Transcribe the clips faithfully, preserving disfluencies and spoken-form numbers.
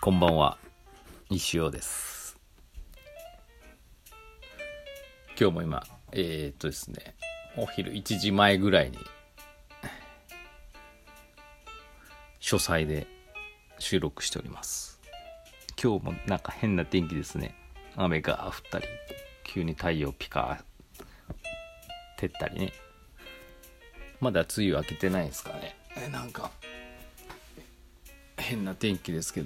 こんばんは、西尾です。今日も今えー、っとですねお昼いちじまえぐらいに書斎で収録しております。今日もなんか変な天気ですね。雨が降ったり急に太陽ピカ照ったりね。まだ梅雨明けてないですかね。えなんか変な天気ですけど、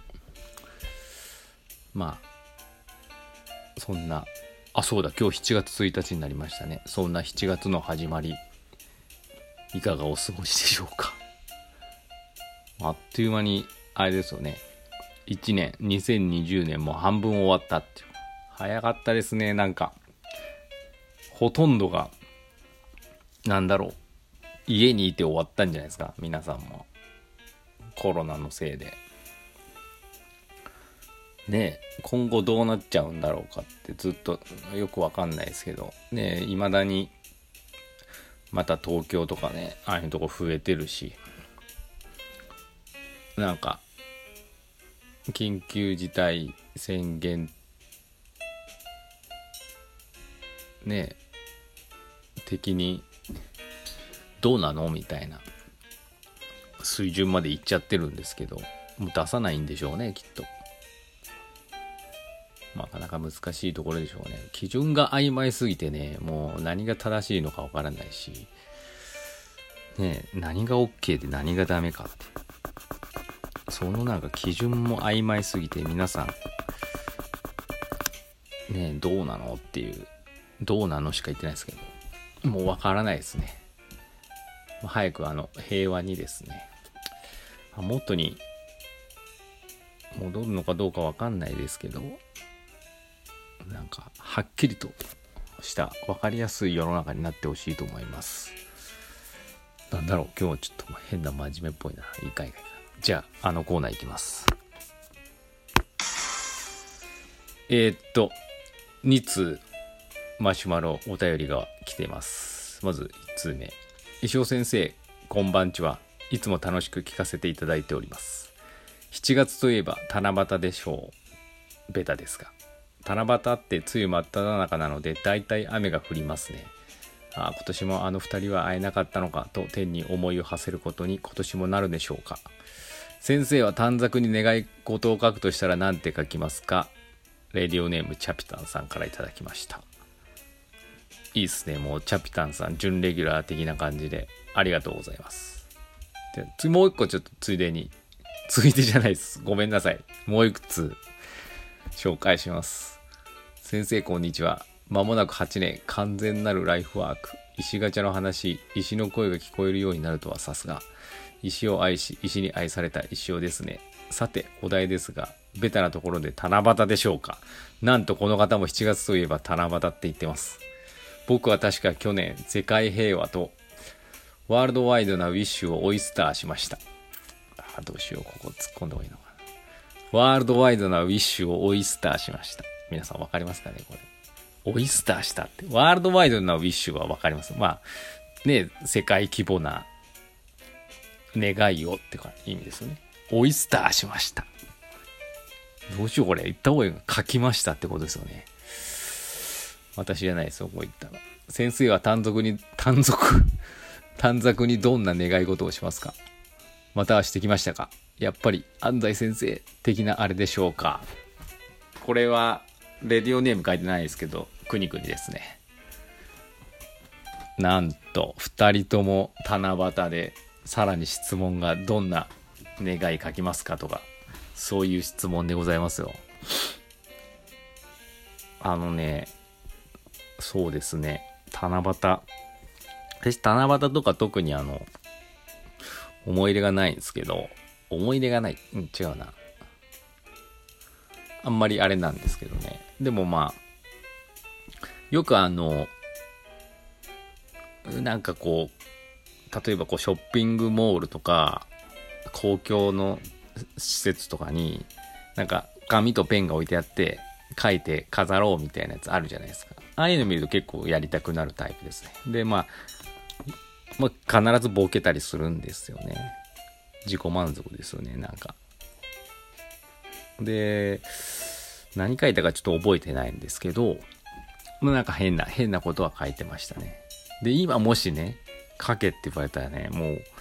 まあそんなあそうだ今日しちがつついたちになりましたね。そんなしちがつの始まりいかがお過ごしでしょうか。あっという間にあれですよね、いちねんにせんにじゅうねんも半分終わったっていう。早かったですね。なんかほとんどがなんだろう家にいて終わったんじゃないですか。皆さんもコロナのせいでね。今後どうなっちゃうんだろうかってずっとよくわかんないですけどね。未だにまた東京とかねああいうとこ増えてるし、なんか緊急事態宣言ね的にどうなのみたいな水準までいっちゃってるんですけど、もう出さないんでしょうねきっと。なかなか難しいところでしょうね。基準が曖昧すぎてね、もう何が正しいのかわからないしね、何が OK で何がダメかって、そのなんか基準も曖昧すぎて皆さんねどうなのっていう、どうなのしか言ってないですけど、もうわからないですね。早くあの平和にですね元に戻るのかどうかわかんないですけど、なんかはっきりとした分かりやすい世の中になってほしいと思います。なんだろう今日はちょっと変な真面目っぽいな。いいかいいかいか。じゃああのコーナーいきます。えー、っとに通マシュマロお便りが来ています。まずいち通目、石尾先生こんばんちは。いつも楽しく聞かせていただいております。しちがつといえば七夕でしょう。ベタですが七夕って梅雨真っ只中なのでだいたい雨が降りますね。あ今年もあの二人は会えなかったのかと天に思いを馳せることに今年もなるでしょうか。先生は短冊に願い事を書くとしたら何て書きますか。レディオネームチャピタンさんからいただきました。いいですね。もうチャピタンさん準レギュラー的な感じでありがとうございます。でもう一個ちょっとついでについでじゃないです、ごめんなさい。もう一つ紹介します。先生こんにちは。まもなくはちねん完全なるライフワーク。石ガチャの話、石の声が聞こえるようになるとはさすが。石を愛し石に愛された石尾ですね。さてお題ですが、ベタなところで七夕でしょうか。なんとこの方もしちがつといえば七夕って言ってます。僕は確か去年世界平和とワールドワイドなウィッシュをオイスターしました。あどうしよう、ここ突っ込んだ方がいいのかな。ワールドワイドなウィッシュをオイスターしました。皆さんわかりますかねこれ。オイスターしたってワールドワイドなウィッシュはわかります。まあね世界規模な願いをってか意味ですよね。オイスターしました。どうしようこれ言った方がいいの。書きましたってことですよね。私じゃないですよこう言ったら。先生は短冊に短冊短冊にどんな願い事をしますか。またはしてきましたか。やっぱり安西先生的なあれでしょうか。これはレディオネーム書いてないですけどくにくにですね。なんとふたりとも七夕で、さらに質問がどんな願い書きますかとか、そういう質問でございますよ。あのねそうですね七夕、私七夕とか特にあの思い入れがないんですけど、思い入れがない、うん、違うな、あんまりあれなんですけどね。でもまあよくあのなんかこう例えばこうショッピングモールとか公共の施設とかになんか紙とペンが置いてあって書いて飾ろうみたいなやつあるじゃないですか。ああいうの見ると結構やりたくなるタイプですね。でまあ、まあ、必ずボケたりするんですよね。自己満足ですよね。なんかで何書いたかちょっと覚えてないんですけど、まあ、なんか変な変なことは書いてましたね。で今もしね書けって言われたらね、もう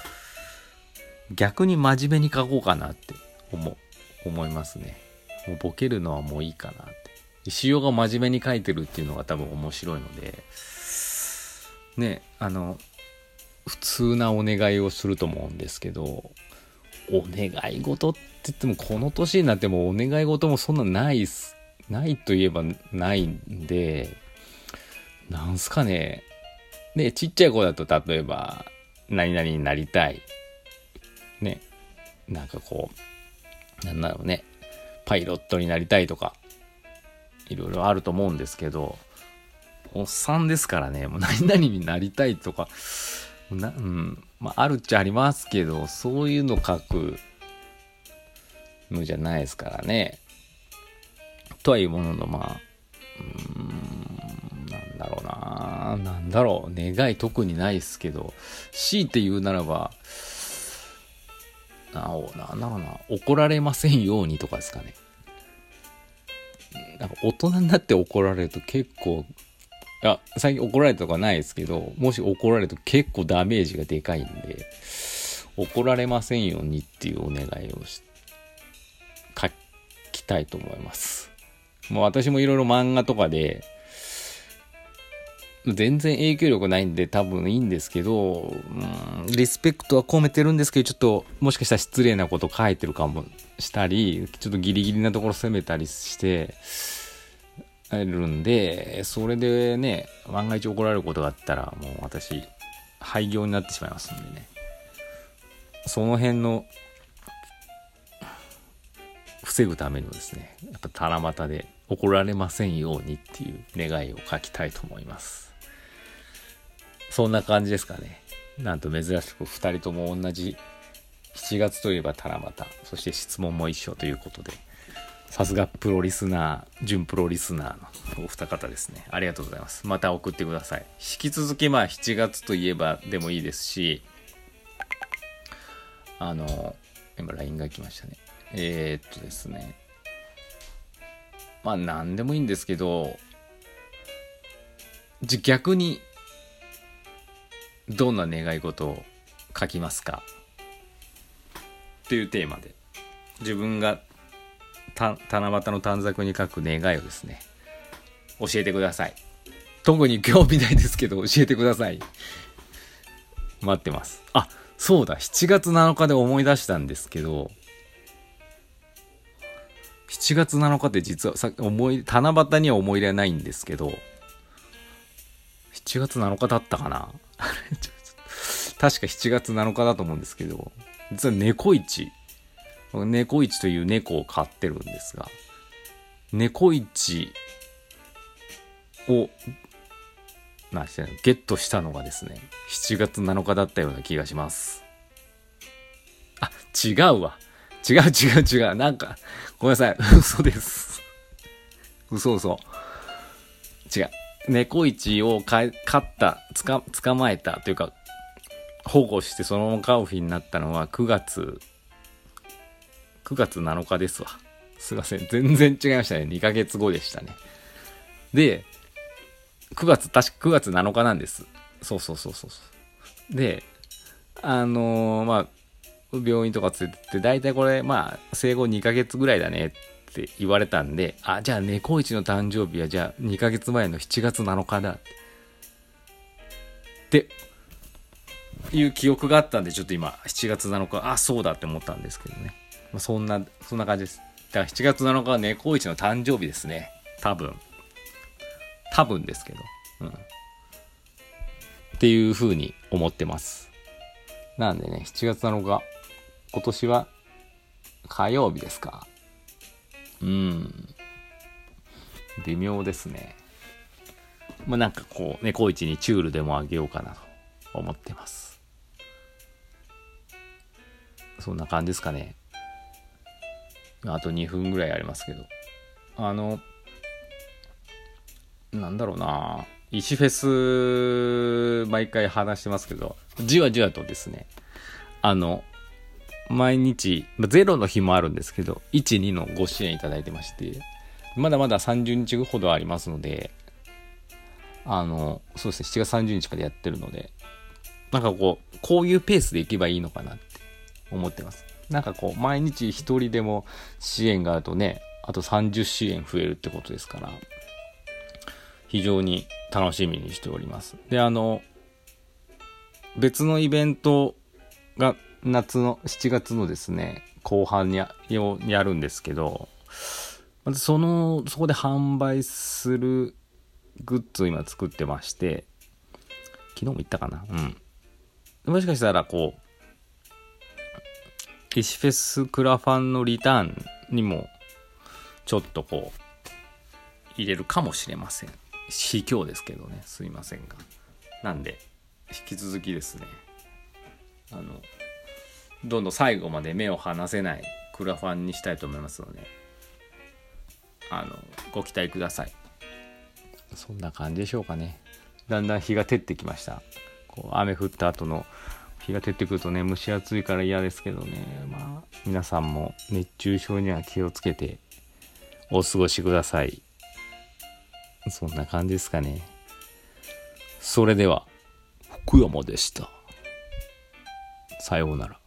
逆に真面目に書こうかなって思う思いますね。もうボケるのはもういいかなって。石尾が真面目に書いてるっていうのが多分面白いのでね、あの普通なお願いをすると思うんですけど、お願い事って言ってもこの年になってもお願い事もそんなないっすないといえばないんで、なんすかね。でちっちゃい子だと例えば何々になりたいね、なんかこうなんだろうね、パイロットになりたいとかいろいろあると思うんですけど、おっさんですからね、もう何々になりたいとかな、うんまあ、あるっちゃありますけど、そういうの書くのじゃないですからね。とはいうものの、まあうーんなんだろうななんだろう願い特にないですけど、強いて言うならばなおなんだろうな、怒られませんようにとかですかね。なんか大人になって怒られると結構、いや最近怒られたとかないですけど、もし怒られると結構ダメージがでかいんで、怒られませんようにっていうお願いをし書きたいと思います。もう私もいろいろ漫画とかで全然影響力ないんで多分いいんですけど、うんリスペクトは込めてるんですけど、ちょっともしかしたら失礼なこと書いてるかもしたり、ちょっとギリギリなところ攻めたりしてるんで、それでね万が一怒られることがあったらもう私廃業になってしまいますんでね、その辺の防ぐためにもですね、やっぱ七夕で怒られませんようにっていう願いを書きたいと思います。そんな感じですかね。なんと珍しくふたりとも同じしちがつといえば七夕、そして質問も一緒ということで、さすがプロリスナー、準プロリスナーのお二方ですね。ありがとうございます。また送ってください。引き続きまあしちがつといえばでもいいですし、あの今 ライン が来ましたね。えー、っとですねまあ何でもいいんですけど、じ逆にどんな願い事を書きますかっていうテーマで、自分がた七夕の短冊に書く願いをですね教えてください。特に興味ないですけど教えてください。待ってます。あ、そうだ、しちがつなのかで思い出したんですけど、しちがつなのかって実はさ思い七夕には思い入れはないんですけど、しちがつなのかだったかな確かしちがつなのかだと思うんですけど、実は猫市猫市という猫を飼ってるんですが、猫市をなしてゲットしたのがですねしちがつなのかだったような気がします。あ、違うわ違う違う違うなんかごめんなさい嘘です嘘嘘違う、猫市を飼ったつか捕まえたというか保護してそのまま飼う日になったのはくがつくがつなのかですわ。すいません、全然違いましたね。にかげつごでしたね。でくがつ確かくがつなのかなんです。そうそうそうそうで、あのー、まあ病院とか連れてってだいたいこれまあ生後にかげつぐらいだねって言われたんで、あじゃあ猫市の誕生日はじゃあにかげつまえのしちがつなのかだっていう記憶があったんで、ちょっと今しちがつなのかあそうだって思ったんですけどね、まあ、そんなそんな感じです。だからしちがつなのかは猫市の誕生日ですね、多分多分ですけど、うん、っていう風に思ってます。なんでねしちがつなのか今年は火曜日ですか。うん微妙ですね。まあなんかこう猫市にチュールでもあげようかなと思ってます。そんな感じですかね。あとにふんぐらいありますけど、あのなんだろうな、石フェス毎回話してますけど、じわじわとですね、あの毎日、ゼロの日もあるんですけど、いち、にのご支援いただいてまして、まだまださんじゅうにちほどありますので、あの、そうですね、しちがつさんじゅうにちまでやってるので、なんかこう、こういうペースでいけばいいのかなって思ってます。なんかこう、毎日一人でも支援があるとね、あとさんじゅう支援増えるってことですから、非常に楽しみにしております。で、あの、別のイベントが夏のしちがつのですね、後半に や, やるんですけど、まずその、そこで販売するグッズを今作ってまして、昨日も言ったかな、うん。もしかしたらこう、石フェスクラファンのリターンにもちょっとこう入れるかもしれません。卑怯ですけどね、すいませんが。なんで引き続きですね、あのどんどん最後まで目を離せないクラファンにしたいと思いますので、あのご期待ください。そんな感じでしょうかね。だんだん日が照ってきました。こう雨降った後の日が照ってくるとね、蒸し暑いから嫌ですけどね、まあ皆さんも熱中症には気をつけてお過ごしください。そんな感じですかね。それでは福山でした。さようなら。